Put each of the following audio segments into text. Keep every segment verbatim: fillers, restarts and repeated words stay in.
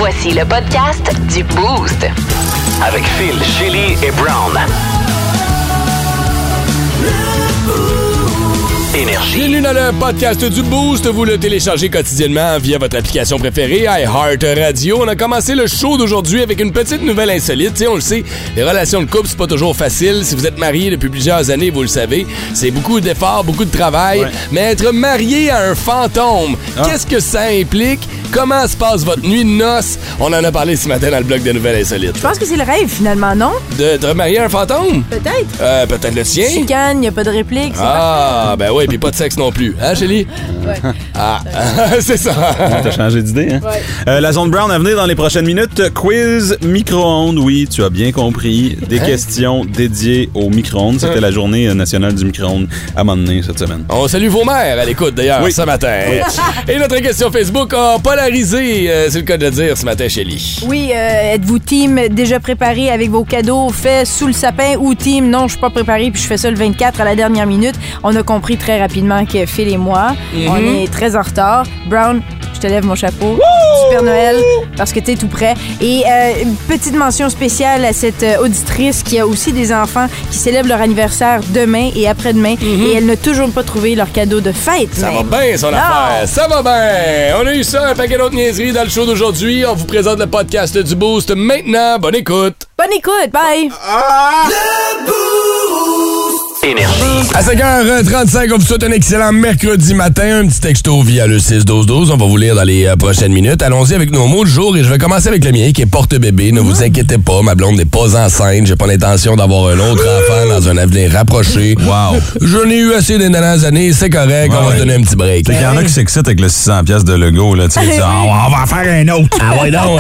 Voici le podcast du Boost. Avec Phil, Shelly et Brown. Énergie. Bienvenue dans le podcast du Boost. Vous le téléchargez quotidiennement via votre application préférée, iHeartRadio. On a commencé le show d'aujourd'hui avec une petite nouvelle insolite. T'sais, on le sait, les relations de couple, c'est pas toujours facile. Si vous êtes marié depuis plusieurs années, vous le savez, c'est beaucoup d'efforts, beaucoup de travail. Ouais. Mais être marié à un fantôme, ah. qu'est-ce que ça implique? Comment se passe votre nuit de noces? On en a parlé ce matin dans le blog de Nouvelles Insolites. Je pense que c'est le rêve, finalement, non? De te remarier à un fantôme? Peut-être. Euh, peut-être le sien. Chicane, y a pas de réplique. Ah, ben oui, puis pas de sexe non plus. Hein, Shelly? Ouais. Ah, c'est ça. T'as changé d'idée, hein? Ouais. Euh, la zone Brown à venir dans les prochaines minutes. Quiz micro-ondes, oui, tu as bien compris. Des hein? questions dédiées au micro-ondes. C'était hein? la journée nationale du micro-ondes à un moment donné cette semaine. On salue vos mères à l'écoute, d'ailleurs, oui. ce matin. Et notre question Facebook a polarisé, euh, c'est le cas de le dire, ce matin, Shelly. Oui, euh, êtes-vous team déjà préparé avec vos cadeaux faits sous le sapin ou team non, je suis pas préparé puis je fais ça le vingt-quatre à la dernière minute? On a compris très rapidement que Phil et moi, mm-hmm. on est très en retard. Brown, je te lève mon chapeau. Woo! Super Noël, parce que t'es tout prêt. Et euh, une petite mention spéciale à cette euh, auditrice qui a aussi des enfants qui célèbrent leur anniversaire demain et après-demain. Mm-hmm. Et elle n'a toujours pas trouvé leur cadeau de fête. Ça même. va bien, son non. affaire. Ça va bien. On a eu ça, un paquet d'autres niaiseries dans le show d'aujourd'hui. On vous présente le podcast du Boost maintenant. Bonne écoute. Bonne écoute. Bye. Ah! Le Boost. Énergie. À cinq heures trente-cinq, on vous souhaite un excellent mercredi matin. Un petit texto via le six douze douze. On va vous lire dans les euh, prochaines minutes. Allons-y avec nos mots du jour et je vais commencer avec le mien qui est porte-bébé. Ne vous inquiétez pas, ma blonde n'est pas enceinte. J'ai pas l'intention d'avoir un autre enfant dans un avenir rapproché. Wow. Je n'ai eu assez des dernières années, c'est correct. Ouais, on va se donner un petit break. Il y en a qui s'excitent avec le six cents piastres de Lego. Là, tu sais, oh, on va en faire un autre. Ah ouais, non.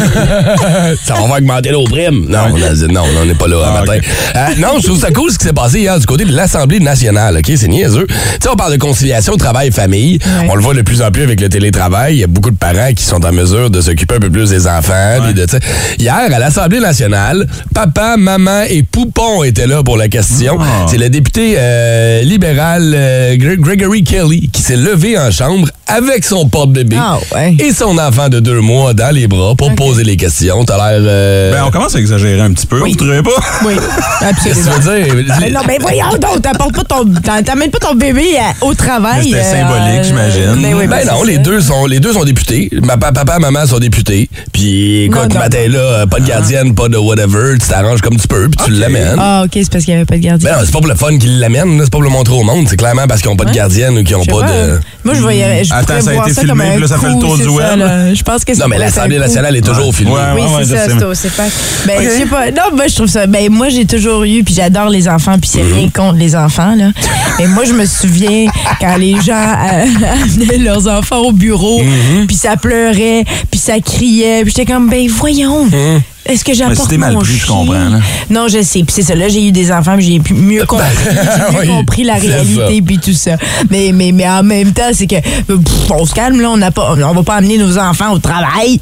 Ça va augmenter nos primes. Non, on a dit non, on n'est pas là ah, un matin. Okay. Euh, non, je trouve ça cool ce qui s'est passé hier du côté de l'Assemblée nationale. OK, c'est niaiseux. Tu sais, on parle de conciliation travail-famille. Ouais. On le voit de plus en plus avec le télétravail. Il y a beaucoup de parents qui sont en mesure de s'occuper un peu plus des enfants. Ouais. De, hier, à l'Assemblée nationale, papa, maman et Poupon étaient là pour la question. Oh. C'est le député euh, libéral euh, Gregory Kelly qui s'est levé en chambre avec son porte-bébé oh, ouais. et son enfant de deux mois dans les bras pour okay. poser les questions. T'as l'air... Euh... Ben, on commence à exagérer un petit peu. Oui. Vous trouvez pas? Oui, absolument. Qu'est-ce que tu veux dire? Mais non, mais voyons donc, t'apportes pas ton, t'amènes pas ton bébé à, au travail. C'était euh, symbolique, j'imagine. Ben, oui, ben, ben non, les deux, sont, les deux sont députés. Ma, papa et maman sont députés. Puis, écoute, ce matin-là, pas de gardienne, pas de whatever. Tu t'arranges comme tu peux, puis okay. tu l'amènes. Ah, OK, c'est parce qu'il n'y avait pas de gardienne. Ben non, c'est pas pour le fun qu'ils l'amènent, c'est pas pour le montrer au monde. C'est clairement parce qu'ils n'ont pas de gardienne ou qu'ils n'ont pas, pas de... Moi, je voyais. Je Attends, ça a été ça filmé, puis là, ça coup, fait le tour du web. Ça, je pense que c'est non, mais l'Assemblée nationale est toujours ouais. filmée. Ouais, oui, ouais, c'est ouais, ça, c'est c'est pas. Ben, je sais pas. Non, moi, je trouve ça. Ben, moi, j'ai toujours eu, puis j'adore les enfants, puis c'est mm-hmm. rien contre les enfants, là. Mais moi, je me souviens quand les gens amenaient leurs enfants au bureau, mm-hmm. puis ça pleurait, puis ça criait, puis j'étais comme, ben, voyons. Mm-hmm. Est-ce que j'apporte mon mal pris, chien? Je comprends, là. Non, je sais. Puis c'est ça. Là, j'ai eu des enfants, puis j'ai mieux compris, j'ai mieux oui, compris la réalité, puis tout ça. Mais, mais, mais en même temps, c'est que pff, on se calme, là. On n'a pas, on va pas amener nos enfants au travail.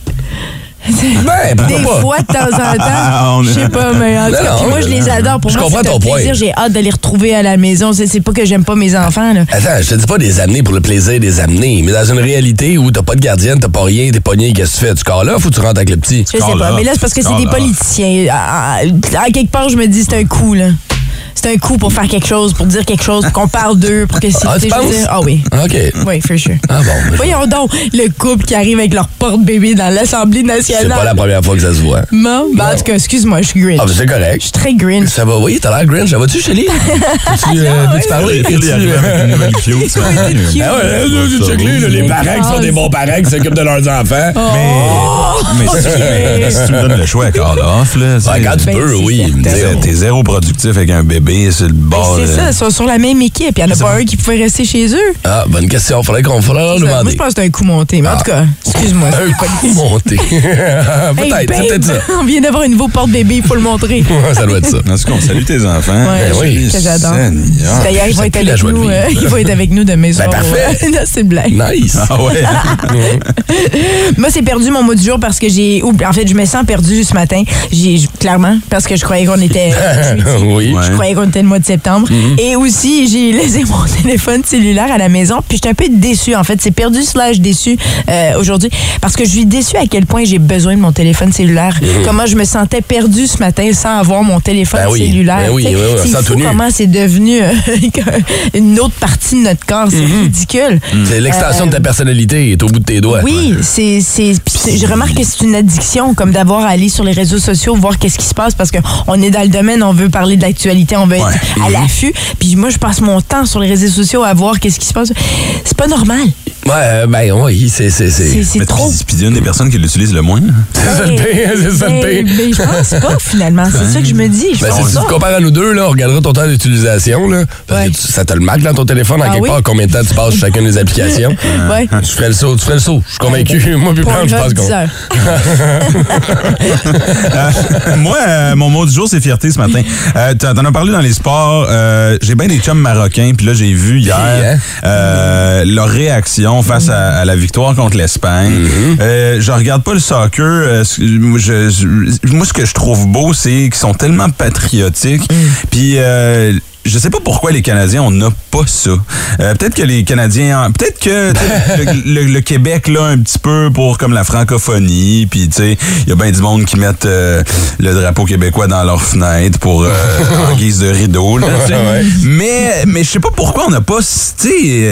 Ben, des pas? fois, de temps en temps, je sais pas, mais en tout cas, moi, je les adore. Pour je moi, c'est un plaisir. Point. J'ai hâte de les retrouver à la maison. C'est, c'est pas que j'aime pas mes enfants, là. Attends, je te dis pas des amener pour le plaisir des amener, mais dans une réalité où t'as pas de gardienne, t'as pas rien, t'es pogné, qu'est-ce que tu fais? Tu corps là, faut que tu rentres avec le petit? Je sais pas, mais là, c'est parce que c'est des politiciens. À, à quelque part, je me dis, c'est un coup, là. C'est un coup pour faire quelque chose, pour dire quelque chose, pour qu'on parle d'eux, pour que c'est. Ah, tu penses? Dire, ah oui. OK. Oui, for sure. Ah bon. Voyons donc, le couple qui arrive avec leur porte-bébé dans l'Assemblée nationale. C'est pas la première fois que ça se voit. Non? Ben, en tout cas, excuse-moi, je suis Grinch. Ah, ben c'est correct. Je suis très Grinch. Ça va, oui, t'as l'air Grinch. Ça va-tu, Shelly? Peux-tu euh, parler? Il arrive avec une nouvelle cute. Ah ouais, check-le, les parents qui sont des bons parents qui s'occupent de leurs enfants. Mais si tu me donnes le choix à call off, là. Quand tu peux, oui. T'es zéro productif avec un bébé sur le bord. C'est ça, ils sont sur la même équipe. Il n'y en a pas un qui pouvait rester chez eux. Ah, bonne question. Faudrait qu'on faudrait demander. Moi, je pense que c'est un coup monté. Mais en tout cas, excuse-moi. Un coup monté. Peut-être, hey, c'est peut-être ça. On vient d'avoir un nouveau porte-bébé, il faut le montrer. Ça doit être ça. En tout cas, on salue tes enfants. Ouais, ben oui. Que j'adore. D'ailleurs, ils vont être avec nous. Ils vont être avec nous demain soir. Ben parfait. C'est une blague. Nice. Ah ouais. Mais Moi, c'est perdu mon mot du jour parce que j'ai... En fait, je me sens perdu ce matin. J'ai clairement, parce que je croyais qu'on était... oui. Je croyais qu'on était le mois de septembre. Mm-hmm. Et aussi, j'ai laissé mon téléphone cellulaire à la maison. Puis j'étais un peu déçue, en fait. C'est perdu slash déçu euh, aujourd'hui. Parce que je suis déçue à quel point j'ai besoin de mon téléphone cellulaire. Mm-hmm. Comment je me sentais perdue ce matin sans avoir mon téléphone ben oui. cellulaire. Ben oui, oui, oui, c'est fou comment c'est devenu euh, une autre partie de notre corps. C'est mm-hmm. ridicule. Mm. C'est l'extension euh, de ta personnalité. Est au bout de tes doigts. Oui, ouais. c'est, c'est, c'est, je remarque que c'est une addiction, comme d'avoir à aller sur les réseaux sociaux, voir qu'est-ce qui se passe, parce qu'on est dans le domaine, on veut parler de l'actualité, on veut ouais. être à l'affût. Puis moi, je passe mon temps sur les réseaux sociaux à voir qu'est-ce qui se passe. C'est pas normal. Ouais, ben oui, c'est... C'est, c'est... c'est, c'est trop. Puis il y a une des personnes qui l'utilise le moins. C'est ça le pire, c'est ça le pire. Mais je pense pas, finalement. C'est ça que je me dis. Je ben, pense si ça. tu te compares à nous deux, là, on regardera ton temps d'utilisation, là. Parce ouais. que tu, ça te le marque dans ton téléphone, en ah, quelque oui? part, combien de temps tu passes sur chacune des applications. Ouais. Tu ferais le saut, tu ferais le saut. Je suis convaincu. Ouais, moi, puis Plante, je pense qu'on... euh, moi, euh, mon mot du jour, c'est fierté ce matin. Euh, t'en as parlé dans les sports. Euh, j'ai bien des chums marocains, puis là, j'ai vu hier hein? euh, leur réaction face à, à la victoire contre l'Espagne. Mm-hmm. Euh, je regarde pas le soccer. Euh, je, je, moi, ce que je trouve beau, c'est qu'ils sont tellement patriotiques. Mm. Puis... Euh, je sais pas pourquoi les Canadiens, on n'a pas ça. Euh, peut-être que les Canadiens... Peut-être que le, le, le Québec, là, un petit peu pour comme la francophonie, puis tu sais, il y a bien du monde qui mettent euh, le drapeau québécois dans leur fenêtre pour euh, en guise de rideau. Là, ouais. Mais mais je sais pas pourquoi on n'a pas, tu sais,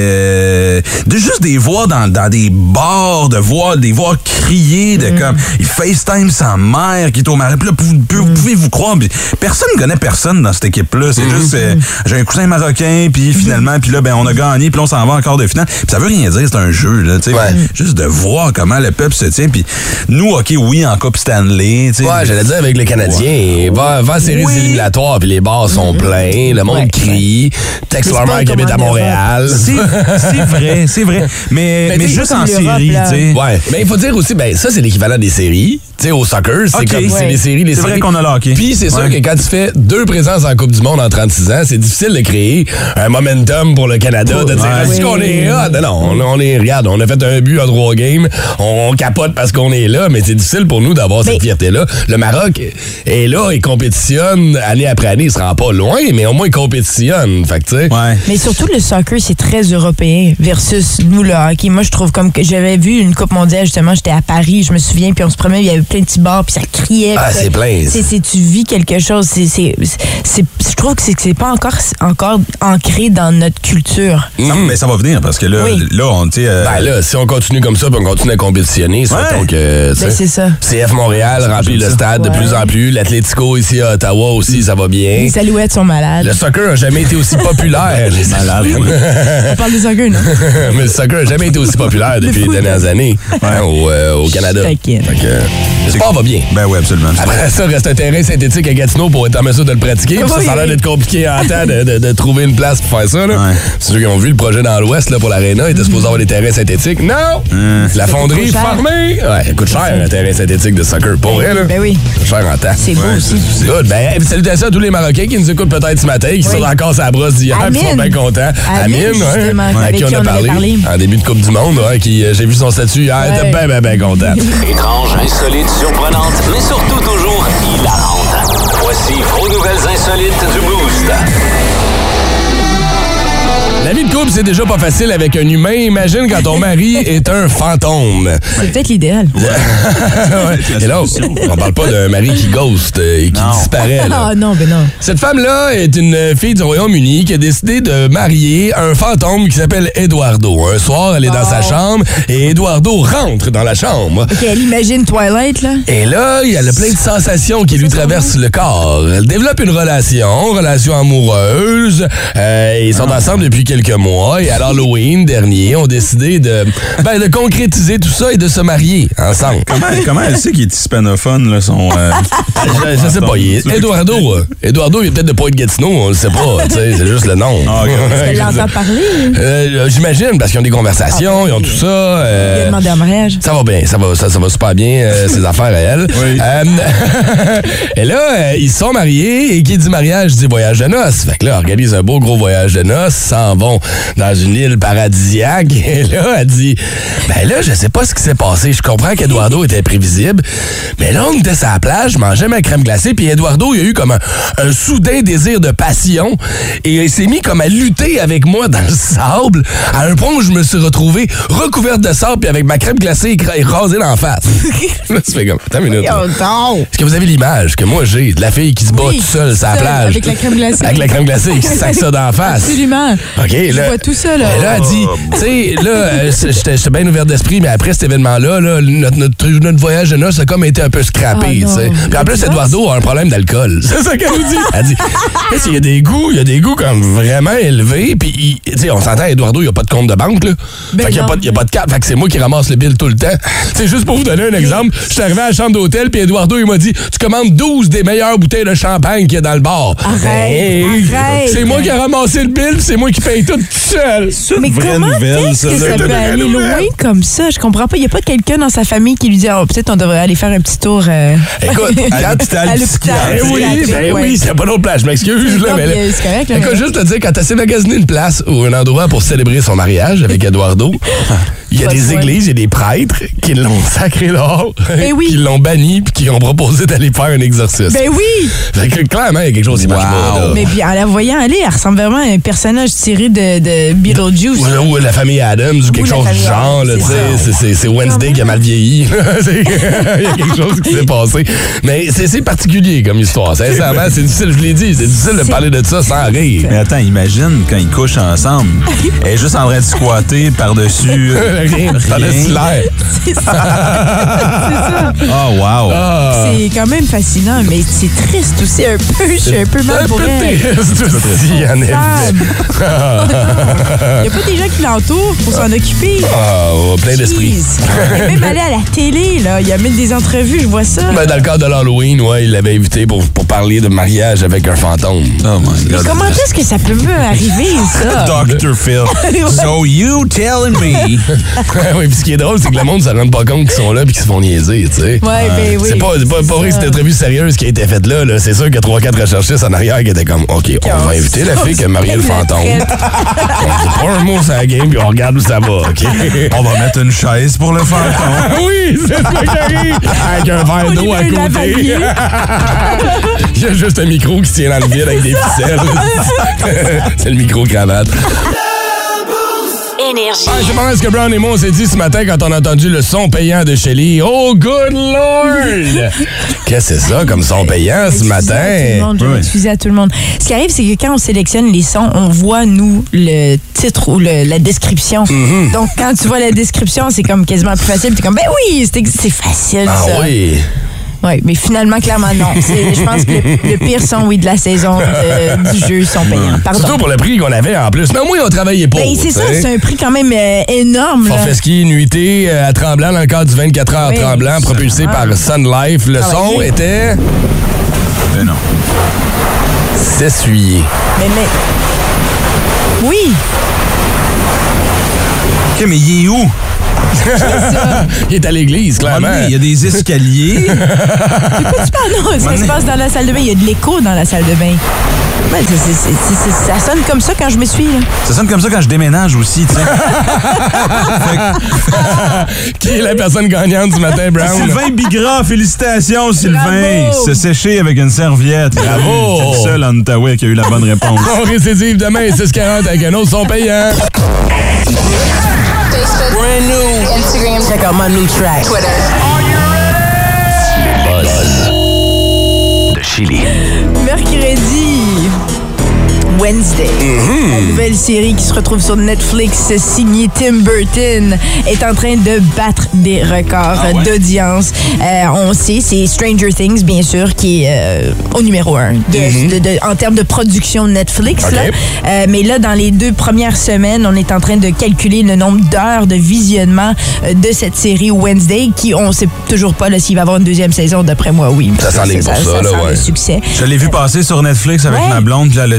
euh, de juste des voix dans, dans des bars, de voir, des voix crier, de mm. comme, il FaceTime sa mère qui est au mari. Puis là, vous, vous pouvez vous croire, pis personne ne connaît personne dans cette équipe-là. C'est mm. juste... Euh, j'ai un cousin marocain, puis finalement, puis là, ben, on a gagné, puis on s'en va encore de finale. Puis ça veut rien dire, c'est un jeu, là, tu sais. Ouais. Juste de voir comment le peuple se tient. Puis nous, OK, oui, en Coupe Stanley, tu sais. Ouais, j'allais dire avec le Canadien, ouais. va, va en séries oui. éliminatoires, puis les bars sont mmh. pleins, le monde ouais. crie, texte leur mère qui habite à Montréal. C'est, c'est vrai, c'est vrai. Mais, mais, mais juste en série, tu sais. Ouais. Mais il faut dire aussi, ben, ça, c'est l'équivalent des séries. Tu sais, au soccer, c'est okay. comme, ouais. c'est les séries, les c'est séries. C'est vrai qu'on a le hockey. Puis c'est sûr ouais. que quand tu fais deux présences en Coupe du Monde en trente-six ans, c'est difficile de créer un momentum pour le Canada, de dire, est-ce qu'on est là? Non, non, on, on est, regarde, on a fait un but en trois games, on, on capote parce qu'on est là, mais c'est difficile pour nous d'avoir mais... cette fierté-là. Le Maroc est là, il compétitionne année après année, il se rend pas loin, mais au moins il compétitionne. Fait que, tu sais. Ouais. Mais surtout, le soccer, c'est très européen versus nous, le hockey. Moi, je trouve comme que j'avais vu une Coupe mondiale, justement, j'étais à Paris, je me souviens, puis on se promenait, il y avait plein de petits bars, puis ça criait. Ah, c'est plein. C'est, c'est, tu vis quelque chose. C'est, c'est, c'est, je trouve que c'est, que c'est pas encore, encore ancré dans notre culture. Non, mais ça va venir parce que là, oui. là on tu sais. Euh... Ben là, si on continue comme ça, puis on continue à compétitionner, c'est ouais. donc. Euh, ben c'est ça. C F Montréal remplit le stade ouais. de plus en plus. L'Atlético ici à Ottawa aussi, ça va bien. Les Alouettes sont malades. Le soccer a jamais été aussi populaire. Les malades. On parle du soccer, non? Mais le soccer a jamais été aussi populaire depuis les dernières années hein, au, euh, au Canada. Fait que, le sport va bien. Ben oui, absolument. Après ça, reste un terrain synthétique à Gatineau pour être en mesure de le pratiquer. Oui, ça, ça a l'air d'être compliqué en temps de, de, de trouver une place pour faire ça. Là. Ouais. Ceux qui ont vu le projet dans l'Ouest là, pour l'Arena, ils étaient supposés avoir des terrains synthétiques. Non! Mmh. La fonderie fermée. Ouais, ça coûte cher un terrain synthétique de soccer. Pour vrai, là. Ben oui. C'est cher en temps. C'est beau ouais, aussi. C'est good. Ben, salutations à tous les Marocains qui nous écoutent peut-être ce matin, qui oui. sont encore sur la brosse d'hier, qui sont bien contents. Amine, ouais, à qui on a parlé, parlé en début de Coupe du Monde, ouais, qui, j'ai vu son statut hier, ouais. était bien, bien, bien content. Étrange, insolite, surprenante, mais surtout toujours hilarante. Voici vos nouvelles insolites du Boost. La vie de couple, c'est déjà pas facile avec un humain. Imagine quand ton mari est un fantôme. C'est peut-être l'idéal. Ouais. Et là, on parle pas d'un mari qui ghost et qui non. disparaît. Ah non, ben non. Cette femme-là est une fille du Royaume-Uni qui a décidé de marier un fantôme qui s'appelle Eduardo. Un soir, elle est oh. dans sa chambre et Eduardo rentre dans la chambre. OK, elle imagine Twilight, là. Et là, il y a le plein de sensations qui lui traversent le corps. Elle développe une relation, relation amoureuse. Euh, ils sont ah. ensemble depuis quelques quelques mois et à l'Halloween dernier, ont décidé de, ben, de concrétiser tout ça et de se marier ensemble. Comment, comment elle sait qu'il est hispanophone, là, son... Euh, je, je sais pas. Il est, Eduardo, euh, Eduardo, il est peut-être de pas être Gatineau, on le sait pas. C'est juste le nom. Ah, okay. Elle l'entend parler? Euh, j'imagine, parce qu'ils ont des conversations, ah, ils ont tout ça. Euh, il a demandé un mariage. Ça va bien, ça va, ça, ça va super bien, euh, ses affaires à elle. Oui. Euh, et là, euh, ils sont mariés et qui dit mariage dit voyage de noces. Fait que là, organise un beau gros voyage de noces. s'en vont dans une île paradisiaque. Et là, elle dit, ben là, je sais pas ce qui s'est passé. Je comprends qu'Eduardo était imprévisible, mais là, on était sur la plage, je mangeais ma crème glacée, puis Eduardo, il a eu comme un, un soudain désir de passion, et il s'est mis comme à lutter avec moi dans le sable, à un point où je me suis retrouvé recouverte de sable, puis avec ma crème glacée écrasée dans la face. Là, tu fais comme, attends une minute. Est-ce que vous avez l'image que moi j'ai de la fille qui se bat Oui, toute seule sur la plage? avec la crème glacée. Avec la crème glacée, qui se sac ça dans la face. Absolument. OK, là. Je vois tout ça, là. Et là, elle dit, tu sais, là, euh, j'étais j'étais bien ouvert d'esprit, mais après cet événement-là, là, notre, notre, notre voyage de noces a comme été un peu scrappé, Ah, tu sais. non. Puis en plus, Eduardo a un problème d'alcool. C'est ça qu'elle nous dit. Elle dit, qu'est-ce qu'il y a des goûts, il y a des goûts comme vraiment élevés, puis, tu sais, on s'entend, Eduardo, il n'y a pas de compte de banque, là. Ben fait qu'il n'y a, non. pas de- il y a pas de carte, fait que c'est moi qui ramasse le bill tout le temps. C'est juste pour vous donner un exemple, je suis arrivé à la chambre d'hôtel, puis Eduardo, il m'a dit, tu commandes douze des meilleures bouteilles de champagne qu'il y a dans le bar. Arrête, Ben, arrête. c'est moi qui ai ramassé le bill, puis c'est moi qui paye tout tout seul. C'est Mais une vraie comment nouvelle, est-ce ça. que ça là. peut aller loin comme ça? Je comprends pas. Il n'y a pas quelqu'un dans sa famille qui lui dit oh, peut-être on devrait aller faire un petit tour. euh, Écoute, À quand l'hôpital à l'hôpital. psychiatrique. Ben oui, psychiatrique, ben ouais. oui, c'est pas d'autre place, je m'excuse. Là, Non, mais là- puis, euh, c'est correct, là, Écoute, mais- juste te dire, quand t'as magasiné une place ou un endroit pour célébrer son mariage avec Eduardo, il y a Pas de des fun. églises, il y a des prêtres qui l'ont sacré dehors, Ben oui. qui l'ont banni, puis qui ont proposé d'aller faire un exorcisme. Ben oui! Fait que clairement, il y a quelque chose qui marche pas. là. Mais puis en la voyant aller, elle ressemble vraiment à un personnage tiré de, de Beetlejuice. Ou, ou la famille Adams ou quelque la chose du famille genre, Addams, là, tu c'est sais, ça. c'est- c'est c'est Wednesday qui a mal vieilli. C'est- Il y a quelque chose qui s'est passé. Mais c'est c'est particulier comme histoire. Sincèrement, c'est difficile, je l'ai dit, c'est difficile de C'est- parler de ça sans rire. Mais attends, imagine quand ils couchent ensemble. Elle est juste en train de squatter par-dessus. euh, Rien, par-dessus l'air. C'est ça. Oh, wow. Ah. C'est quand même fascinant, mais c'est triste aussi un peu. Je suis un peu mal Un pour peu elle. triste aussi, en effet. Femme. Il n'y a pas des gens qui l'entourent pour s'en occuper. Ah, oh, plein d'esprit. Jeez. Elle est même allé à la télé, là. Il y a même des entrevues, je vois ça. Ben, dans le cadre de l'Halloween, ouais, il l'avait invité pour, pour parler de mariage avec un fantôme. Oh my Mais God. comment est-ce que ça peut me arriver, ça? docteur Phil. So you telling me. oui, puis ce qui est drôle, c'est que le monde ne se rend pas compte qu'ils sont là et qu'ils se font niaiser, tu sais. Ouais, ben oui. C'est pas, c'est pas, pas vrai que ça. c'est une entrevue sérieuse qui a été faite là. là. C'est sûr qu'il y a trois quatre recherchistes en arrière qui étaient comme, OK, on va inviter la fille qui a marié le fantôme. On dit pas un mot sur la game puis on regarde où ça va, OK? On va mettre une chaise pour le fantôme. oui, c'est ça qui arrive. Avec un verre On d'eau lui à met un côté. lavalier. Il y a juste un micro qui se tient dans le vide avec des ficelles. C'est le micro-cravate. Énergie. Ah, je sais pas ce que Brown et moi on s'est dit ce matin quand on a entendu le son payant de Shelly. Oh, good Lord! Qu'est-ce que c'est ça comme son payant ce Je vais matin? diffuser à tout le monde, je vais Oui. diffuser à tout le monde. Ce qui arrive, c'est que quand on sélectionne les sons, on voit, nous, le titre ou le- la description. Mm-hmm. Donc, quand tu vois la description, c'est comme quasiment plus facile. Tu es comme, ben oui, c'est c'est facile, Ah ça. oui. Oui, mais finalement, clairement, non. C'est- Je pense que le, le pire son, oui, de la saison de- du jeu sont payants. Pardon. Surtout pour le prix qu'on avait en plus. Mais au moins, on travaillait pas. Ben, c'est ça, tu sais. c'est un prix quand même euh, énorme. Là. Forfait ski, nuitée euh, à Tremblant dans le cadre du vingt-quatre heures Oui. Tremblant, propulsé Ah. par Sun Life. Le son Travailler. était Mais non. s'essuyer. Mais, mais... Oui, OK, mais il est où? Il est à l'église, clairement. Il y a des escaliers. de quoi tu parles? Non, ça se passe dans la salle de bain. Il y a de l'écho dans la salle de bain. Ouais, c'est- c'est- c'est- c'est- ça sonne comme ça quand je me suis. Là. Ça sonne comme ça quand je déménage aussi, tu sais. Qui est la personne gagnante du matin, Brown? Sylvain Bigra, félicitations, Sylvain. Bravo. Se sécher avec une serviette. Bravo. C'est le seul en Outaouais qui a eu la bonne réponse. On récidive demain, six quarante avec un autre son payant. Brand new. Instagram. Check out my new track. Twitter. De Chili. Mercredi. Wednesday. La nouvelle série qui se retrouve sur Netflix, signée Tim Burton, est en train de battre des records d'audience. Euh, on sait, c'est Stranger Things, bien sûr, qui est euh, au numéro un de, de- de- en termes de production Netflix. OK. Là. Euh, mais là, dans les deux premières semaines, on est en train de calculer le nombre d'heures de visionnement euh, de cette série Wednesday, qui, on sait toujours pas là, s'il va y avoir une deuxième saison. D'après moi, oui. Ça s'enligne pour ça, là, sent ouais. le succès. Je l'ai vu passer sur Netflix avec Ouais. ma blonde, puis elle a dit on peut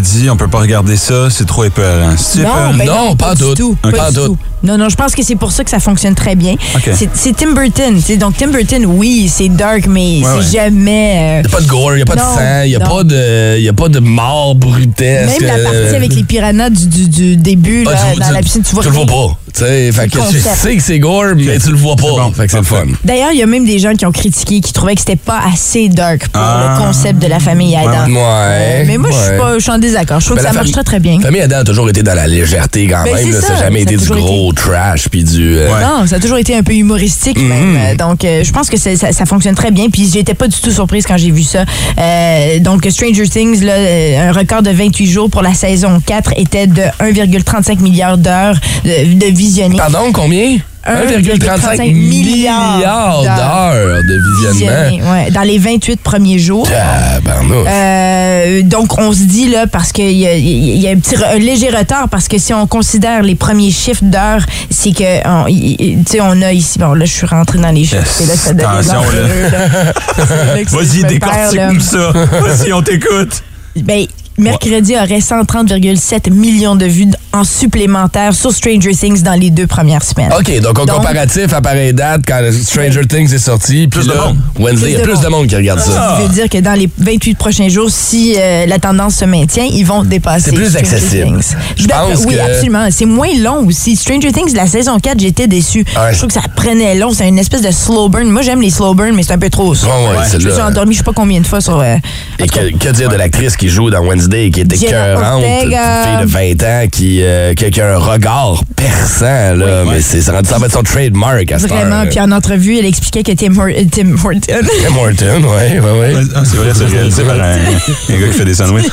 peux pas regarder ça, c'est trop épeurant. C'est Non, épeurant? ben Non, pas du tout. tout. Okay. Pas Pas du tout. tout. Non, non, je pense que c'est pour ça que ça fonctionne très bien. Okay. C'est, c'est Tim Burton. T'sais, donc, Tim Burton, oui, c'est dark, mais Ouais, c'est ouais. jamais... Il n'y a pas de gore, il n'y a pas Non, de sang, il n'y a, non. pas de- y a pas de mort brutesque. Même la partie avec les piranhas du, du, du début, là, Ah, tu- dans tu- la piscine, tu vois Tu le vois rien. pas. Tu sais, fait que tu concept. sais que c'est gore, mais tu le vois pas. bon. Fait que c'est le fun. D'ailleurs, il y a même des gens qui ont critiqué, qui trouvaient que c'était pas assez dark pour Ah. le concept de la famille Adam. Ouais. Euh, mais moi, je suis ouais. pas, je suis en désaccord. Je trouve Ben, que ça la marche fam- très, très bien. La famille Adam a toujours été dans la légèreté quand Ben, même. c'est là. Ça ça. n'a jamais Ça a été du toujours gros trash puis du. euh, Ouais. Non, ça a toujours été un peu humoristique même. Euh, Donc, euh, je pense que c'est- ça, ça fonctionne très bien. Puis, j'étais pas du tout surprise quand j'ai vu ça. Euh, donc, Stranger Things, là, euh, un record de vingt-huit jours pour la saison quatre était de un virgule trente-cinq milliard d'heures de, de visionnées. Pardon, combien? un virgule trente-cinq milliards d'heures de visionnement. Visionnées, ouais, dans les vingt-huit premiers jours. Tabarnouche. Euh, donc, on se dit, là, parce qu'il y a, il y a un, petit, un léger retard, parce que si on considère les premiers chiffres d'heures, c'est que, on- il- il- tu sais, on a ici, bon, là, je suis rentrée dans les chiffres. Yes. et là, ça donne des Attention, enjeux, là. C'est là que Vas-y, je me perds, là. décortique-nous ça. Vas-y, on t'écoute. Ben, mercredi aurait cent trente virgule sept millions de vues en supplémentaire sur Stranger Things dans les deux premières semaines. OK, donc en Donc- comparatif à pareille date, quand Stranger Things est sorti, puis Plus de là, monde. Wednesday, il y a Plus de plus de monde. monde qui regarde ça. Ça veut dire que dans les vingt-huit prochains jours, si euh, la tendance se maintient, ils vont dépasser C'est plus Stranger accessible. Things. Je Ben, pense oui, que- absolument. C'est moins long aussi. Stranger Things, la saison quatre, j'étais déçue. Ouais. Je trouve que ça prenait long. C'est une espèce de slow burn. Moi, j'aime les slow burn, mais c'est un peu trop. Ça. Ouais, ouais, je me suis celle-là. endormie, je sais pas combien de fois sur... euh, Et en tout cas, que, que dire de l'actrice qui joue dans Wednesday, qui est Jenna écœurante, une Ortega. fille de vingt ans qui, euh, qui, qui a un regard perçant, là, mais c'est, ça va être son trademark à cette heure, Vraiment. là. Puis en entrevue, elle expliquait que Tim, Hor- euh, Tim Horton... Tim Horton, oui, oui, oui. Ah, c'est vrai, c'est réalisé par un, un gars qui fait des sandwichs.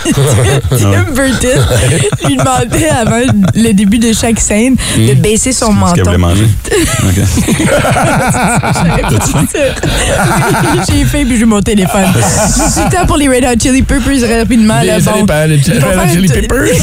Tim Burton lui demandait avant le début de chaque scène de baisser son Ce qu'elle voulait menton. manger. OK. T'as-tu faim? J'ai faim puis j'ai mon téléphone. J'ai tout le temps pour les Red Hot Chili Peppers rapidement. Là, Ça bon. dépend, les Ils vont faire Chili une- Peppers.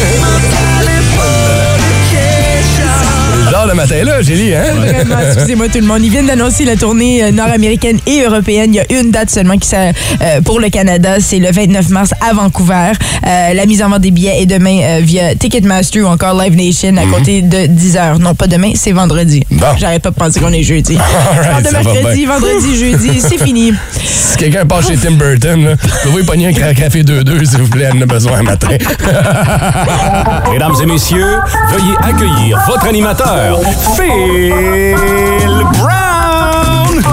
Genre le matin là, j'ai dit, hein? Vraiment, excusez-moi tout le monde. Ils viennent d'annoncer la tournée euh, nord-américaine et européenne. Il y a une date seulement qui s'a, euh, pour le Canada. C'est le vingt-neuf mars à Vancouver. Euh, la mise en vente des billets est demain euh, via Ticketmaster ou encore Live Nation à compter de dix heures. Non, pas demain, c'est vendredi. Bon. J'arrête pas de penser qu'on est jeudi. Alright, Je parle de ça va mercredi, bien. vendredi, jeudi, c'est fini. Si quelqu'un passe chez Tim Burton, là, vous pouvez pogner un cra- café deux deux, s'il vous plaît, elle en a besoin un matin. Mesdames et messieurs, veuillez accueillir votre animateur, Phil Brown!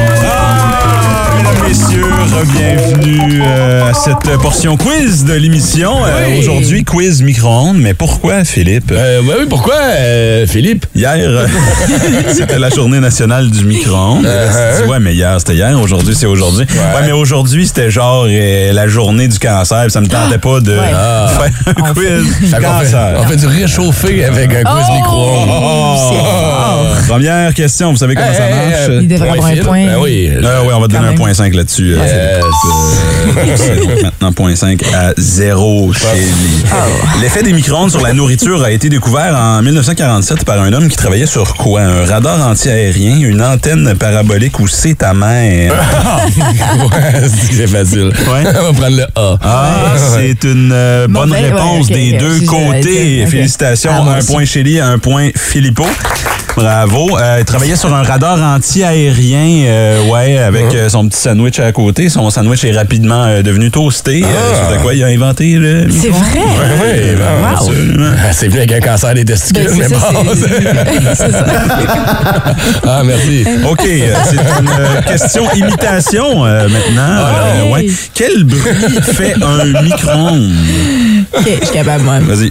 Ah, mesdames, messieurs, bienvenue euh, à cette portion quiz de l'émission. Euh, Oui. Aujourd'hui, quiz micro-ondes. Mais pourquoi, Philippe? Euh, ouais, oui, pourquoi, euh, Philippe? Hier, euh, c'était la journée nationale du micro-ondes. Uh-huh. Tu dis, ouais, mais hier, c'était hier. Aujourd'hui, c'est aujourd'hui. Ouais. mais aujourd'hui, c'était genre euh, la journée du cancer. puis Ça me tentait pas de Ouais. faire un quiz Fait qu'on cancer. fait, on fait du réchauffé avec un quiz Oh! micro-ondes. C'est fort. Première question, vous savez comment Hey, ça hey, marche? hey, Il devrait avoir un Phil. point. Ben oui. Euh, oui, on va te donner Quand un même. point cinq là-dessus. euh, Yes. Euh, c'est donc maintenant point cinq à zéro chez les. L'effet des micro-ondes sur la nourriture a été découvert en mille neuf cent quarante-sept par un homme qui travaillait sur quoi? Un radar anti-aérien, une antenne parabolique ou c'est ta mère? Ouais, c'est facile. Ouais. On va prendre le A. Ah, c'est une euh, bonne Bon, ben, réponse ouais, ok, des ok, deux si j'allais côtés. dire, ok. Félicitations. Ah, moi un aussi. point Chélie, un point Philippot. Bravo. Euh, il travaillait sur un radar anti-aérien, euh, ouais, avec euh, son petit sandwich à côté. Son sandwich est rapidement euh, devenu toasté. Euh, suite à quoi il a inventé le C'est micro-ondes. vrai? Oui, ben, Wow. Absolument. Ah, c'est venu avec un cancer des testicules, Ben, mais c'est ça, bon. c'est- c'est ça. Ah, merci. OK, euh, c'est une euh, question imitation euh, maintenant. Euh, ouais. ouais. Quel bruit fait un micro-ondes? OK, je suis capable, moi. Vas-y.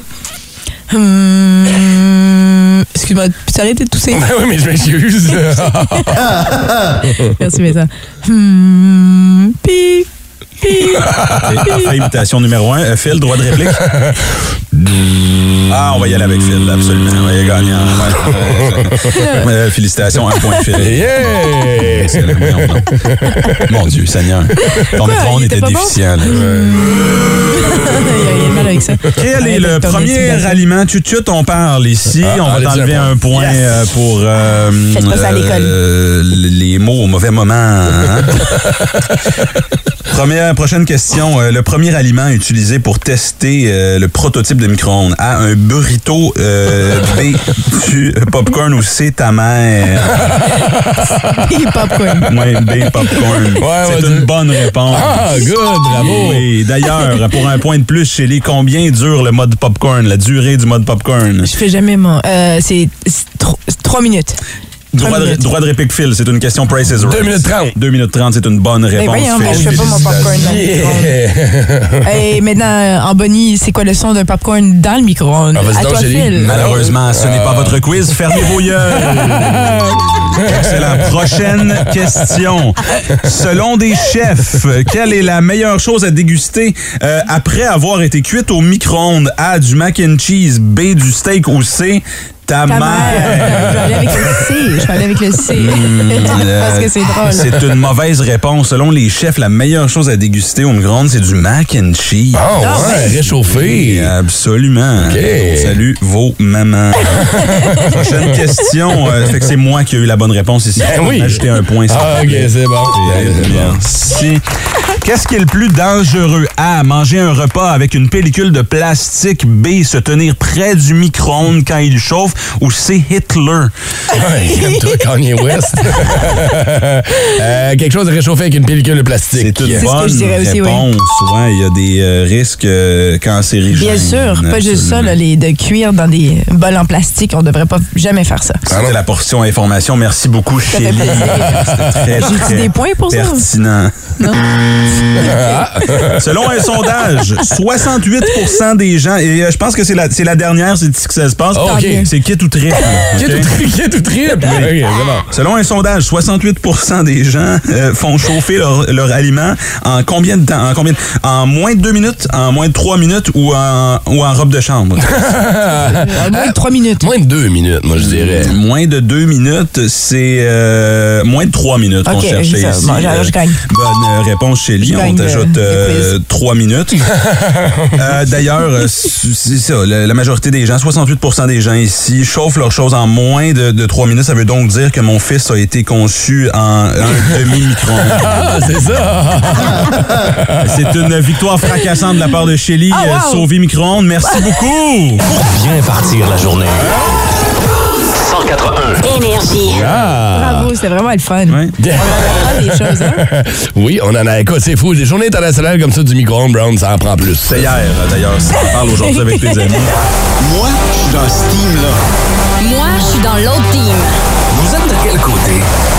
Hum, excuse-moi, peux-tu arrêter de tousser? Ben oui, mais je m'excuse. Merci, mais ça. Hum, pip, pip. Et parfait, imitation numéro un. Euh, Phil, droit de réplique? Ah, on va y aller avec Phil, absolument. On va y gagner. Ouais. Euh, félicitations, un point Phil. Yeah! Excellent. Non, non. Mon Dieu, Seigneur. Ton micro-ondes il était était pas bon? déficient. là. Il y a rien de mal avec ça. Quel est Arrête le avec ton premier intimidation. aliment? Tout de suite, on parle ici. Ah, on va allez-y, t'enlever un un point. point Yes. euh, pour euh, Faites pas ça à l'école. euh, les mots au mauvais moment. hein. Première, prochaine question. Euh, le premier aliment utilisé pour tester euh, le prototype de micro-ondes. A, un burrito. Euh, B, du popcorn. Ou C, ta mère. Et popcorn. Oui, B, popcorn. Ouais, C'est ouais, une tu- bonne réponse. Ah, good, bravo. Oui, d'ailleurs, pour un point de plus, chez les combien dure le mode popcorn, la durée du mode popcorn? Je fais jamais mon. Euh, c'est c'est tro- c'est trois minutes. Droit Trois de, minutes. droit de réplique, Phil, c'est une question Price is Right. deux minutes trente. deux minutes trente, c'est une bonne Ben réponse, voyons, mais je Phil. fais pas mon popcorn dans le micro-ondes. Et maintenant, euh, en Bonnie, c'est quoi le son d'un popcorn dans le micro-ondes? Ah, vas-y À donc, toi, Chélie. Phil. Malheureusement, ce n'est pas votre quiz. Fermez vos yeux. Excellent. Prochaine question. Selon des chefs, quelle est la meilleure chose à déguster euh, après avoir été cuite au micro-ondes? A, du mac and cheese. B, du steak. Ou C, ta, Ta mère. mère. Je vais aller avec le C. Je vais aller avec le C. Parce que c'est drôle. C'est une mauvaise réponse. Selon les chefs, la meilleure chose à déguster au micro-ondes, c'est du mac and cheese. Oh, ouais, réchauffé. Absolument. OK. Salut vos mamans. Prochaine question. Euh, fait que c'est moi qui ai eu la bonne réponse ici. Ben oui. Ajouter un point. s'il Ah, vous OK, plaît. c'est bon. Merci. Qu'est-ce qui est le plus dangereux? A, manger un repas avec une pellicule de plastique. B, se tenir près du micro-ondes quand il chauffe. Ou C, Hitler. Ouais, comme toi, Kanye West. Euh, quelque chose de réchauffé avec une pellicule de plastique. C'est une ce que bonne je dirais aussi, oui. réponse. Ouais, il y a des euh, risques euh, cancérigènes. Bien sûr, pas juste ça, là, les, de cuire dans des bols en plastique, on devrait pas jamais faire ça. C'était la portion information. Merci beaucoup, fait Chélie. plaisir. C'était très, J'ai-tu très des points pour ça? pertinent. Selon un sondage, soixante-huit pour cent des gens, et euh, je pense que c'est la, c'est la dernière, c'est ici que ça se passe, Oh, OK. c'est kit ou triple. Qui est OK? tout tri- qui est tout triple. OK, c'est bon. Selon un sondage, soixante-huit pour cent des gens euh, font chauffer leur, leur aliment en combien de temps? En, combien de- en moins de deux minutes, en moins de trois minutes ou en, ou en robe de chambre? À moins de trois minutes. Moins de deux minutes, moi, je dirais. Moins de deux minutes, c'est euh, moins de trois minutes qu'on OK, cherchait ça, ici. bon, alors, je gagne. Bonne euh, réponse, Chélie. Je On gagne, t'ajoute euh, le quiz. trois minutes. Euh, D'ailleurs, euh, c'est ça, la, la majorité des gens, soixante-huit pour cent des gens ici, chauffent leurs choses en moins de, de trois minutes. Ça veut donc dire que mon fils a été conçu en un demi-micro-ondes. Ah, c'est ça. C'est une victoire fracassante de la part de Chélie. Ah, wow. euh, Sauvé micro-ondes. Merci beaucoup. Bien partir la journée. cent quatre-un. Énergie. Bravo, c'était vraiment le fun. Ouais. On apprend des choses, hein? Oui, on en a. Écoute, c'est fou. Des journées internationales comme ça du micro-ondes, Brown, ça en prend plus. C'est hier, d'ailleurs, si tu parles aujourd'hui avec tes amis. Moi, je suis dans ce team-là. Moi, je suis dans l'autre team. Vous êtes de quel côté?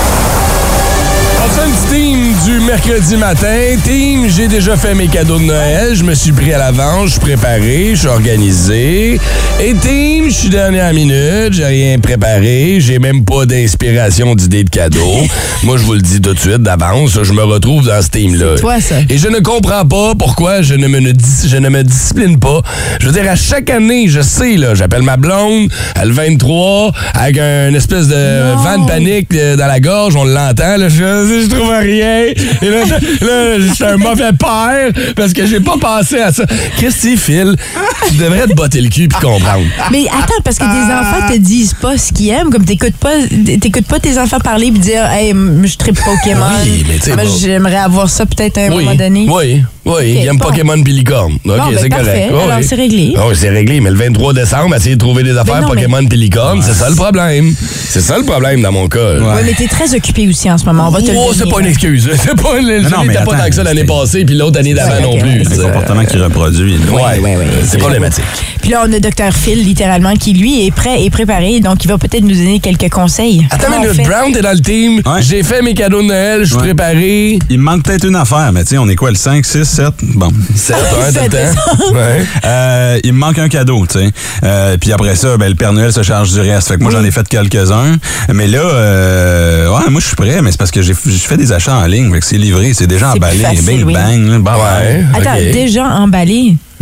On fait un petit team du mercredi matin. Team, j'ai déjà fait mes cadeaux de Noël. Je me suis pris à l'avance, je suis préparé, je suis organisé. Et team, je suis dernière minute, j'ai rien préparé, j'ai même pas d'inspiration d'idée de cadeaux. Moi, je vous le dis tout de suite d'avance, je me retrouve dans ce team-là. C'est toi, ça. Et je ne comprends pas pourquoi je ne, me, dis- je ne me discipline pas. Je veux dire, à chaque année, je sais, là, j'appelle ma blonde, elle vingt-trois, avec un espèce de Non. vent de panique euh, dans la gorge, on l'entend, là, je, je trouve rien. Et là, là je suis un mauvais père parce que j'ai pas pensé à ça. Christy, Phil, tu devrais te botter le cul puis comprendre. Mais attends, parce que des enfants te disent pas ce qu'ils aiment, comme t'écoutes pas, t'écoutes pas tes enfants parler puis dire, hey, m- je trippe Pokémon. Oui, mais tu sais, Moi, bon. j'aimerais avoir ça peut-être à un Oui, moment donné. oui, oui, il aime bon. Pokémon puis licorne. OK, Bon, ben, c'est parfait. correct. Oui, Alors, oui. c'est réglé. Ah oui, c'est réglé, mais le vingt-trois décembre, essayer de trouver des affaires non, mais- Pokémon puis licorne, c'est ça le problème. C'est ça le problème dans mon cas. Ouais, mais t'es très occupé aussi en ce moment. On va te le Oh, c'est donner, pas une là. excuse. C'est pas une. non, Je mais n'étais pas attends, tant que ça l'année c'est- passée, puis l'autre année d'avant Ouais, non ok, plus. ouais, C'est C'est un comportement qui reproduit. Ouais, ouais, ouais. c'est problématique. Puis là, on a docteur Phil, littéralement, qui, lui, est prêt et préparé. Donc, il va peut-être nous donner quelques conseils. Attends Comment une on minute, fait? Brown, t'es dans le team. Ouais. J'ai fait mes cadeaux de Noël, je suis Ouais. préparé. Il me manque peut-être une affaire, mais tu sais, on est quoi, le cinq, six, sept? Bon. sept, hein, t'as le Sept, temps. Ouais. Euh, il me manque un cadeau, tu sais. Euh, puis après ça, ben, le Père Noël se charge du reste. Fait que moi, j'en ai fait quelques-uns. Mais là, euh, ouais, moi, je suis prêt, mais c'est parce que j'ai j'ai fait des achats en ligne. Fait que c'est livré, c'est déjà C'est emballé. plus facile, Bing, oui. bang. là, bye, Ouais. bye. Attends, Ok. déjà emballé.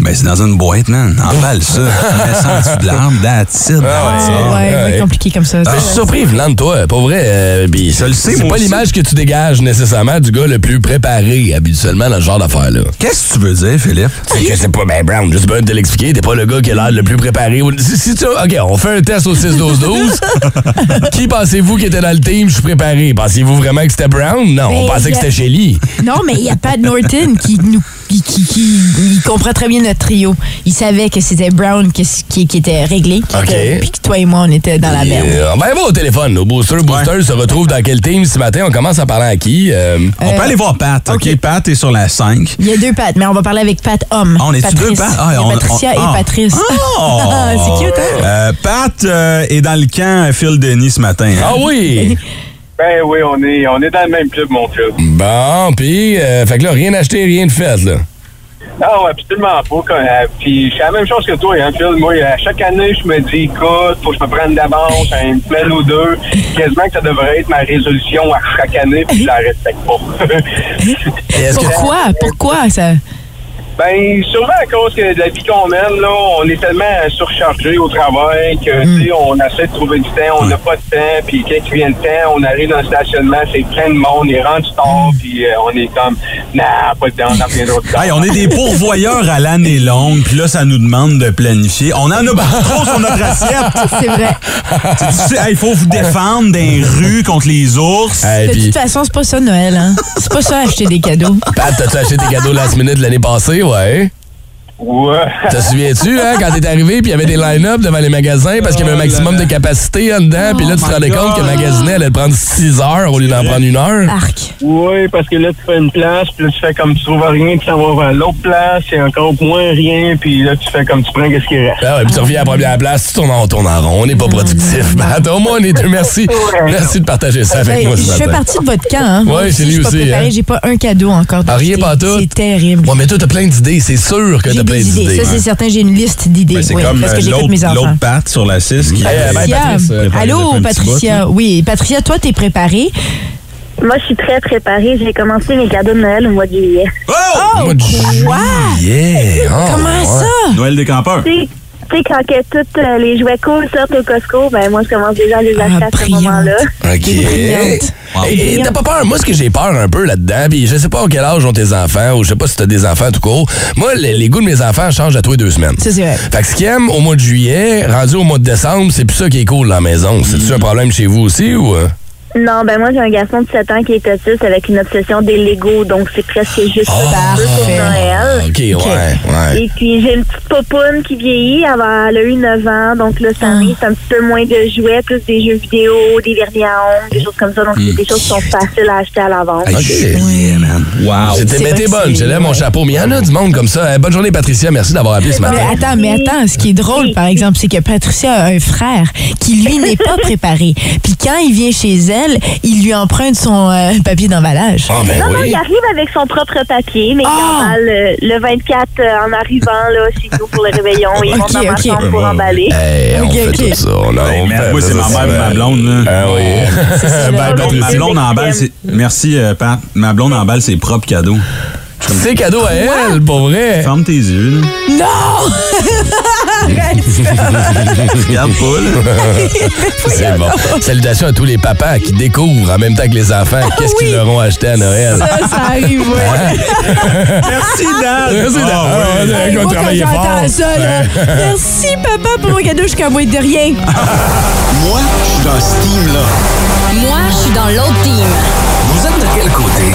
Ben, c'est dans une boîte, man. Emballe ça. Mets ça en dessous de l'arbre, that's it. Ah, ouais, ouais, ouais. compliqué comme ça. Ben, je suis surpris venant de toi, pas vrai. Euh, pis Je le sais, c'est moi pas aussi. l'image que tu dégages nécessairement du gars le plus préparé habituellement dans ce genre d'affaires-là. Qu'est-ce que tu veux dire, Philippe? C'est que c'est pas ben Brown, juste besoin de te l'expliquer, t'es pas le gars qui a l'air le plus préparé. Si, si tu, OK, on fait un test au six douze douze. Qui pensez-vous qui était dans le team? Je suis préparé. Pensiez-vous vraiment que c'était Brown? Non, on Mais pensait y que a- c'était Shelly. Non, mais il y a Pat Norton qui nous. Qui, qui, qui- il comprend très bien notre trio. Il savait que c'était Brown qui, qui, qui était réglé. Qui OK. était- Puis que toi et moi, on était dans la merde. Euh, on va aller voir au téléphone. Nos boosters, boosters se retrouvent dans quel team ce matin? On commence à parler à qui? Euh, On peut aller voir Pat, OK? OK. Pat est sur la cinq. Il y a deux Pat, mais on va parler avec Pat Homme. Ah, on est-tu Patrice. deux Pat? Ah, Il y a on- Patricia on- et ah. Patrice. Oh! C'est cute, hein? Euh, Pat euh, est dans le camp Phil Denis ce matin. hein? Ah oui! Ben oui, on est, on est dans le même club, mon club. Bon, puis, euh, fait que là, rien acheté, rien de fait, là. Non, absolument pas. Quand, euh, puis je fais la même chose que toi, hein, Phil. Moi, à chaque année, je me dis, écoute, faut que je me prenne d'avance à une semaine ou deux. Quasiment que ça devrait être ma résolution à chaque année, puis je la respecte pas. Est-ce que- Pourquoi? Pourquoi ça? Ben, sûrement à cause que de la vie qu'on mène, là, on est tellement surchargé au travail que, tu sais, on essaie de trouver du temps, on n'a pas de temps, puis quand il vient le temps, on arrive dans le stationnement, c'est plein de monde, on est rendu tard, puis euh, on est comme, nah, pas de temps, on en reviendra plus tard. Hey, on est des pourvoyeurs à l'année longue, puis là, ça nous demande de planifier. On en a beaucoup trop sur notre assiette. C'est vrai. C'est difficile. Hey, il faut vous défendre des rues contre les ours. Hey, De puis, toute façon, c'est pas ça, Noël. Hein? C'est pas ça, acheter des cadeaux. Pat, t'as-tu acheté tes cadeaux last minute l'année passée? Ouais. Ouais. Te souviens-tu, hein, quand t'es arrivé, puis il y avait des line-up devant les magasins parce qu'il y avait un maximum de capacité en dedans, puis là, tu te rendais compte que magasiner allait te prendre six heures au lieu d'en prendre une heure? Arc. Oui, parce que là, tu fais une place, puis là, tu fais comme tu trouves rien, puis tu s'en vas vers l'autre place, c'est encore moins rien, puis là, tu fais comme tu prends qu'est-ce qui reste. Ah ouais, puis tu reviens à la première place, tu tournes en, on tourne en rond, on n'est pas productif. Ben, au moins, on est deux. Merci. Merci de partager ça avec Ben, moi ce je fais matin. partie de votre camp. Hein? Moi Ouais, aussi, c'est lui je suis pas aussi, préparée, hein. J'ai pas un cadeau encore. Ah, rien d'acheter. pas tout? C'est terrible. Ouais, mais toi, t'as plein d'idées, c'est sûr que J'ai t'as plein des idées. d'idées. Ça, c'est certain, j'ai une liste d'idées. Ben, c'est oui, comme parce euh, que j'écoute mes l'autre enfants. l'autre Pat sur la six qui Hey, euh, ben, Patricia. Patrice, euh, Allô, depuis un petit Patricia. Oui, Patricia, toi, t'es préparée. Moi, je suis très préparée. J'ai commencé mes cadeaux de Noël au mois de juillet. Oh! Mois de Quoi? juillet. Oh, Comment ouais. ça? Noël des campeurs. Tu sais, tu sais, quand que tous euh, les jouets cool sortent au Costco, ben moi, je commence déjà à les acheter Ah, à ce brillante. moment-là. OK. brillante. Wow. Et et t'as pas peur? Moi, ce que j'ai peur un peu là-dedans, puis je sais pas à quel âge ont tes enfants, ou je sais pas si t'as des enfants tout court. Moi, les, les goûts de mes enfants changent à tous les deux semaines. Ça, c'est vrai. Fait que ce qu'ils aiment au mois de juillet, rendu au mois de décembre, c'est plus ça qui est cool dans la maison. C'est-tu un problème chez vous aussi ou... euh? Non, ben moi, j'ai un garçon de sept ans qui est autiste avec une obsession des Legos, donc c'est presque juste ça qu'il veut pour parfait. Noël. OK, ouais, ouais. Et puis, j'ai une petite popoune qui vieillit. Elle, va- elle a eu neuf ans. Donc, là, cette année, c'est un petit peu moins de jouets, plus des jeux vidéo, des vernis à ongles, des choses comme ça. Donc, c'est des choses qui sont faciles à acheter à l'avance. OK. Yeah, man. Wow. C'était C'est mais vrai t'es que bonne, c'est- je lève mon ouais. chapeau. Mais il y en a du monde comme ça. Eh, bonne journée, Patricia. Merci d'avoir appelé ce Mais matin. attends, mais attends, ce qui est drôle, par exemple, c'est que Patricia a un frère qui, lui, n'est pas préparé. Puis quand il vient chez elle, il lui emprunte son euh, papier d'emballage. Ah, ben Non, non, oui. il arrive avec son propre papier, mais Ah! il emballe euh, le vingt-quatre euh, en arrivant là, chez nous pour le réveillon. Il Ok, monte dans ma ok. chambre pour emballer. Hey, on Ok, fait ok. tout ça. On a, Hey, on man, fait moi, ça, c'est ma ça, mère et ça. ma blonde. Là. Ah oui. C'est Ben, là. Patricia. Ma blonde emballe ses... Merci, euh, Pat. Ma blonde emballe ses propres cadeaux. C'est cadeau à elle, pour vrai. Ferme tes yeux, là. Non! Arrête ça! Regarde pas, là. C'est bon. Salutations à tous les papas qui découvrent en même temps que les enfants qu'est-ce qu'ils leur ont acheté à Noël. Ça, ça arrive, ouais. Merci, Dan. Merci, Dan. Ah, Ah, ouais. ouais, Hey, on moi, quand travaillait fort. j'entends ça, là, merci, papa, pour mon cadeau, je suis comme, ouais, de rien. Moi, je suis dans ce team-là. Moi, je suis dans l'autre team. Vous êtes de quel côté?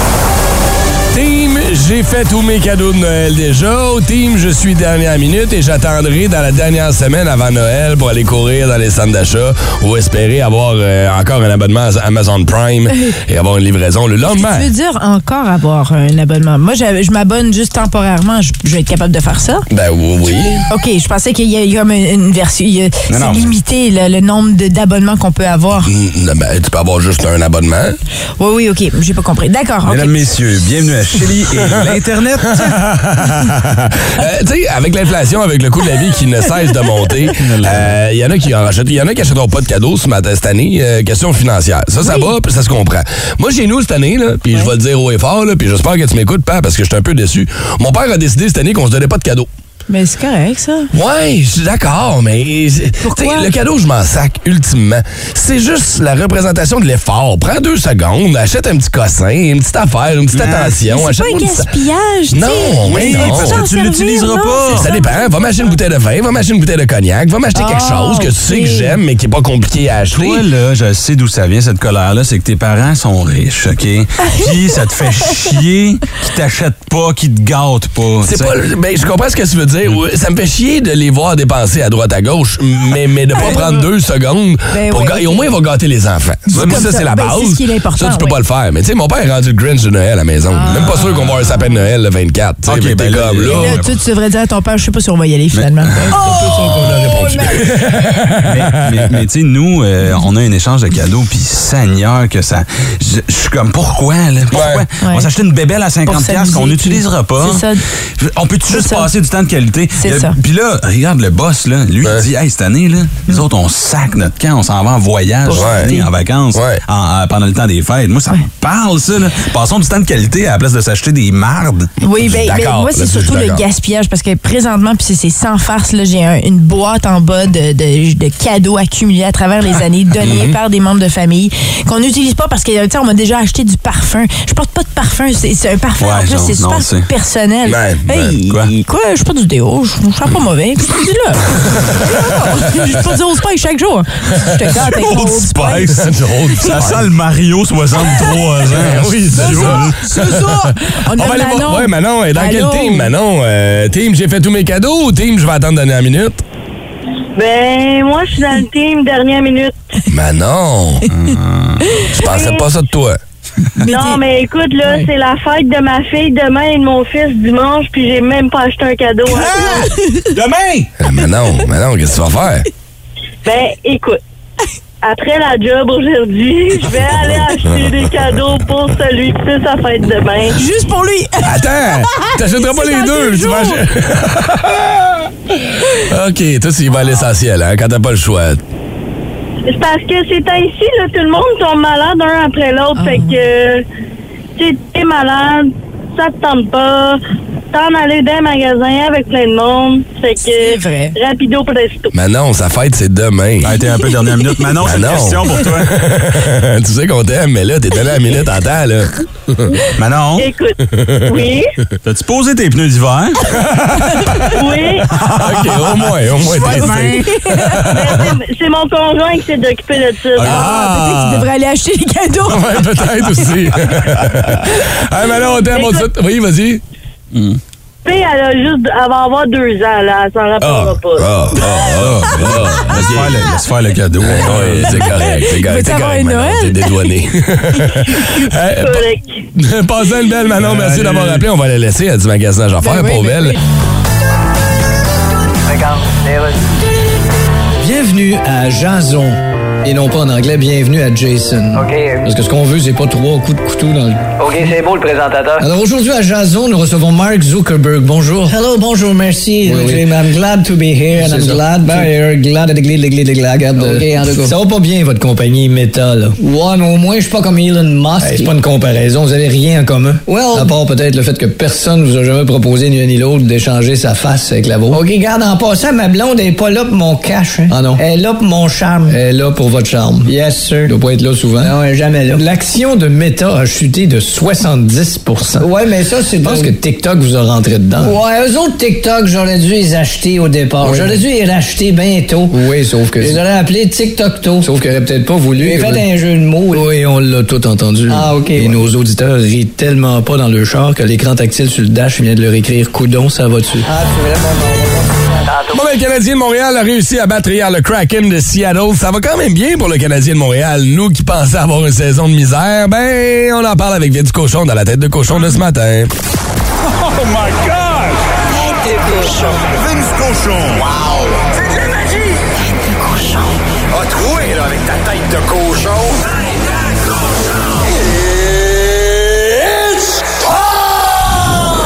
Team, j'ai fait tous mes cadeaux de Noël déjà. Au team, je suis dernière minute et j'attendrai dans la dernière semaine avant Noël pour aller courir dans les centres d'achat ou espérer avoir euh, encore un abonnement à Amazon Prime et avoir une livraison le lendemain. Tu veux dire encore avoir un abonnement? Moi, je, je m'abonne juste temporairement. Je, je vais être capable de faire ça. Ben oui. OK, je pensais qu'il y a, il y a comme une, une version. il y a- Non, non. C'est limité, le, le nombre de- d'abonnements qu'on peut avoir. Mm, ben, tu peux avoir juste un abonnement. Oui, oui, OK, j'ai pas compris. D'accord. OK. Mesdames, messieurs, bienvenue à Shelly et L'Internet. euh, tu sais, avec l'inflation, avec le coût de la vie qui ne cesse de monter, il euh, y en a qui en rachètent. Il y en a qui achèteront pas de cadeaux ce matin, cette année. Euh, question financière. Ça, ça oui. va, puis ça se comprend. Moi, chez nous, cette année, là, puis ouais. je vais le dire haut et fort, puis j'espère que tu m'écoutes, pas parce que je suis un peu déçu. Mon père a décidé cette année qu'on se donnait pas de cadeaux. Mais c'est correct, ça. Ouais, je suis d'accord, mais le cadeau, je m'en sac, ultimement. C'est juste la représentation de l'effort. Prends deux secondes, achète un petit cossin, une petite affaire, une petite ah, attention. C'est pas un gaspillage, Non, mais non. Parce que tu l'utiliseras pas. Ça dépend. Va m'acheter une bouteille de vin, va m'acheter une bouteille de cognac, va m'acheter oh, quelque chose que tu sais okay. que j'aime, mais qui est pas compliqué à acheter. Toi, là, je sais d'où ça vient, cette colère-là, c'est que tes parents sont riches, OK? Puis ça te fait chier qu'ils t'achètent pas, qu'ils te gâtent pas. C'est pas... Ben, je comprends ce que tu veux dire. Ça me fait chier de les voir dépenser à droite à gauche, mais, mais de pas prendre deux secondes. Ben pour oui, ga- okay. Et au moins, il va gâter les enfants. Ça, ça, ça, c'est la ben, base. C'est ce qui est important, ça, tu peux oui. pas le faire. Mais tu sais, mon père est rendu le Grinch de Noël à la maison. Ah. Même pas sûr qu'on va avoir un sapin de Noël le vingt-quatre. OK, ben, ben, là, comme, là, là, tu, tu devrais dire à ton père, je sais pas si on va y aller finalement. Mais, oh, mais, mais, mais tu sais, nous, euh, on a un échange de cadeaux, puis Seigneur que ça... Je, je suis comme, pourquoi, là? Pourquoi? Ouais. On va s'acheter une bébelle à cinquante dollars qu'on n'utilisera pas. C'est ça. On peut-tu juste ça. passer du temps de qualité? C'est ça. Puis là, regarde le boss, là. Lui, ouais. il dit, hey, cette année, là, nous mm. autres, on sac notre camp, on s'en va en voyage, ouais. en vacances, ouais. en, en, pendant le temps des fêtes. Moi, ça ouais. me parle, ça, là. Passons du temps de qualité à la place de s'acheter des mardes. Oui, bien, ben, moi, c'est surtout le gaspillage, parce que présentement, puis c'est sans farce, là, j'ai un, une boîte en bas de, de, de cadeaux accumulés à travers les années, donnés mm-hmm. par des membres de famille, qu'on n'utilise pas parce que, tu sais, on m'a déjà acheté du parfum. Je porte pas de parfum, c'est, c'est un parfum, ouais, en plus, non, c'est super non, c'est... personnel. Ben, hey, ben, quoi? quoi? Je suis pas du déo, je suis pas mauvais. Qu'est-ce que tu dis là? Je suis pas du Old Spice chaque jour. Je te gâte avec Old Spice. Ça sent le Mario soixante-trois ans. Oui, c'est ça. C'est ça. On, on va aller voir. Ouais, Manon, et dans Allô? Quel team, Manon? Euh, team, j'ai fait tous mes cadeaux ou team, je vais attendre dernière minute? Ben, moi, je suis dans le team dernière minute. Manon! Je pensais pas ça de toi. Mais non, mais écoute, là, ouais. c'est la fête de ma fille demain et de mon fils dimanche, puis j'ai même pas acheté un cadeau. Ah! Demain? Ah, Manon, Manon, qu'est-ce que tu vas faire? Ben, écoute, après la job aujourd'hui, je vais aller acheter des cadeaux pour celui qui fait sa fête demain. Juste pour lui! Attends! T'achèteras pas les deux! Tu vas acheter... OK, toi, tu vas à l'essentiel, hein, quand t'as pas le choix. C'est parce que ces temps-ci, là, tout le monde tombe malade un après l'autre. Oh. Fait que, tu sais, t'es malade, ça te tente pas, t'en aller dans un magasin avec plein de monde. Fait que, c'est vrai. Rapido presto. Manon, sa fête, c'est demain. Ah, t'es un peu dernière minute. Manon, c'est une question pour toi. Tu sais qu'on t'aime, mais là, t'es dernière minute en temps, là. Manon? Écoute, oui? T'as-tu posé tes pneus d'hiver? Oui. OK, au moins, au moins, t'es c'est, c'est mon conjoint qui s'est occupé de ça. Ah, ah, peut-être que tu devrais aller acheter les cadeaux. Ouais, peut-être aussi. Hey, Manon, on t'aime, on te... Oui, vas-y. Mm. Puis elle a juste, elle va avoir deux ans, là, elle s'en rappellera oh, pas. Ah, ah, ah, ah. Laisse, faire le, laisse faire le cadeau. Oui, c'est correct, c'est correct. C'est correct, Manon, t'es dédouané. Hey, correct. Passez une belle, Manon, merci Allez. d'avoir appelé. On va la laisser, elle a du magasinage à faire, ben pour oui, belle. Oui. Bienvenue à Jason. Et non pas en anglais, bienvenue à Jason. OK. Parce que ce qu'on veut, c'est pas trois coups de couteau dans le... OK, c'est beau le présentateur. Alors aujourd'hui à Jason, nous recevons Mark Zuckerberg. Bonjour. Hello, bonjour, merci. Oui, oui. I'm glad to be here and I'm ça. glad to... Here, glad to glad, glad, glad, glad. OK, en tout cas. Ça va pas bien, votre compagnie Meta, là. Ouais, mais au moins, je suis pas comme Elon Musk. Hey, c'est pas une comparaison, vous avez rien en commun. Well... À part peut-être le fait que personne vous a jamais proposé, ni un ni l'autre, d'échanger sa face avec la vôtre. OK, regarde, en passant, ma blonde, elle est pas là pour mon cash. Hein. Ah non. Elle est là pour mon charme. Elle est là pour votre charme. Yes, sir. Il doit pas être là souvent. Non, elle est jamais là. L'action de Meta a chuté de soixante-dix pour cent. Ouais, mais ça, c'est... Je pense que TikTok vous a rentré dedans. Ouais, eux autres, TikTok, j'aurais dû les acheter au départ. Oui. J'aurais dû les racheter bientôt. Oui, sauf que... Je les aurais appelés TikTok-to. Sauf qu'ils auraient peut-être pas voulu. J'ai fait un jeu de mots. Oui, on l'a tout entendu. Ah, OK. Et ouais. Nos auditeurs rient tellement pas dans le char que l'écran tactile sur le dash vient de leur écrire « Coudon, ça va-tu? » Ah, c'est vraiment bon. Bon, ben, le Canadien de Montréal a réussi à battre hier le Kraken de Seattle. Ça va quand même bien pour le Canadien de Montréal. Nous qui pensaient avoir une saison de misère, ben, on en parle avec Vince Cochon dans la tête de cochon de ce matin. Oh my God! Tête de cochon. Vince Cochon. Wow! C'est de la magie! Tête de cochon. A troué, là, avec ta tête de cochon. Tête de cochon! It's time!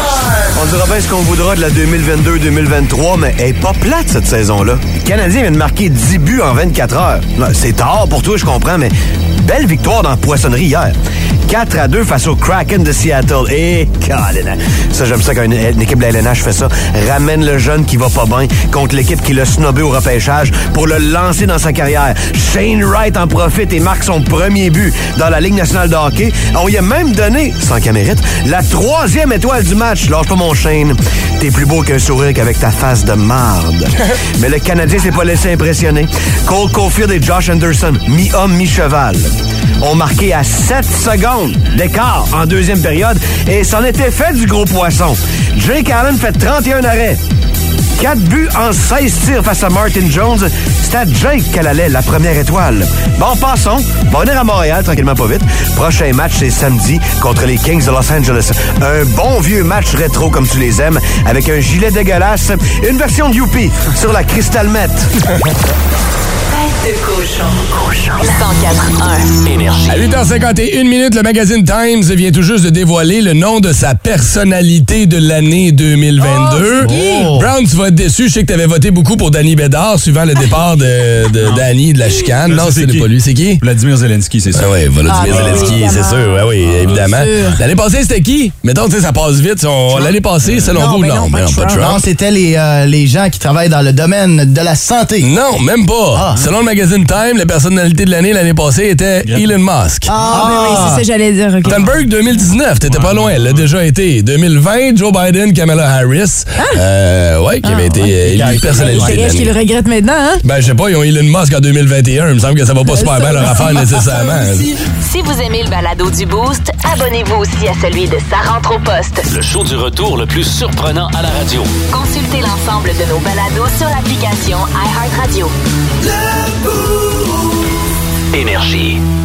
bien ce qu'on voudra de la deux mille vingt-deux deux mille vingt-trois, mais elle est pas plate cette saison-là. Le Canadien vient de marquer dix buts en vingt-quatre heures. C'est tard pour toi, je comprends, mais belle victoire dans la poissonnerie hier. quatre à deux face au Kraken de Seattle. Et, Colin, ça, j'aime ça quand une, une équipe de la L N H fait ça. Ramène le jeune qui va pas bien contre l'équipe qui l'a snobé au repêchage pour le lancer dans sa carrière. Shane Wright en profite et marque son premier but dans la Ligue nationale de hockey. On lui a même donné, sans qu'elle mérite, la troisième étoile du match. Lâche pas mon Shane. T'es plus beau qu'un sourire qu'avec ta face de marde. Mais le Canadien s'est pas laissé impressionner. Cole Caulfield et Josh Anderson, mi-homme, mi-cheval, ont marqué à sept secondes d'écart en deuxième période et c'en était fait du gros poisson. Jake Allen fait trente et un arrêts. quatre buts en seize tirs face à Martin Jones. C'est à Jake qu'elle allait, la première étoile. Bon, passons. On va venir à Montréal, tranquillement pas vite. Prochain match, c'est samedi contre les Kings de Los Angeles. Un bon vieux match rétro comme tu les aimes, avec un gilet dégueulasse, une version de Youpi sur la Crystal Met. De cochon. cent quatre un Énergie. À huit heures cinquante et une minutes, le magazine Times vient tout juste de dévoiler le nom de sa personnalité de l'année deux mille vingt-deux. Oh, Brown, tu vas être déçu. Je sais que tu avais voté beaucoup pour Danny Bédard, suivant le départ de, de Danny de la chicane. Là, non, c'est c'est qui? pas lui. C'est qui? Vladimir Zelensky, c'est ça. Ah oui, Vladimir Ah, Zelensky, oui, c'est sûr. Ah oui, évidemment. sûr. L'année passée, c'était qui? Mettons, tu sais, ça passe vite. On- L'année passée, selon Non, vous, ben non. non, mais pas non, pas Trump. Trump. Non, c'était les, euh, les gens qui travaillent dans le domaine de la santé. Non, même pas. Ah. Selon le magazine Time, la personnalité de l'année l'année passée était Elon Musk. Ah, ben oui, c'est ça que j'allais dire. ok. Thunberg deux mille dix-neuf, t'étais pas loin, elle l'a déjà été. deux mille vingt, Joe Biden, Kamala Harris. Euh, ouais, qui avait été euh, élu personnalité de C'est ce qu'il l'année. regrette maintenant, hein? Ben, je sais pas, ils ont Elon Musk en deux mille vingt et un. Il me semble que ça va pas super bien leur affaire nécessairement. Si vous aimez le balado du Boost, abonnez-vous aussi à celui de Sa rentre au poste. Le show du retour le plus surprenant à la radio. Consultez l'ensemble de nos balados sur l'application iHeartRadio. Énergie.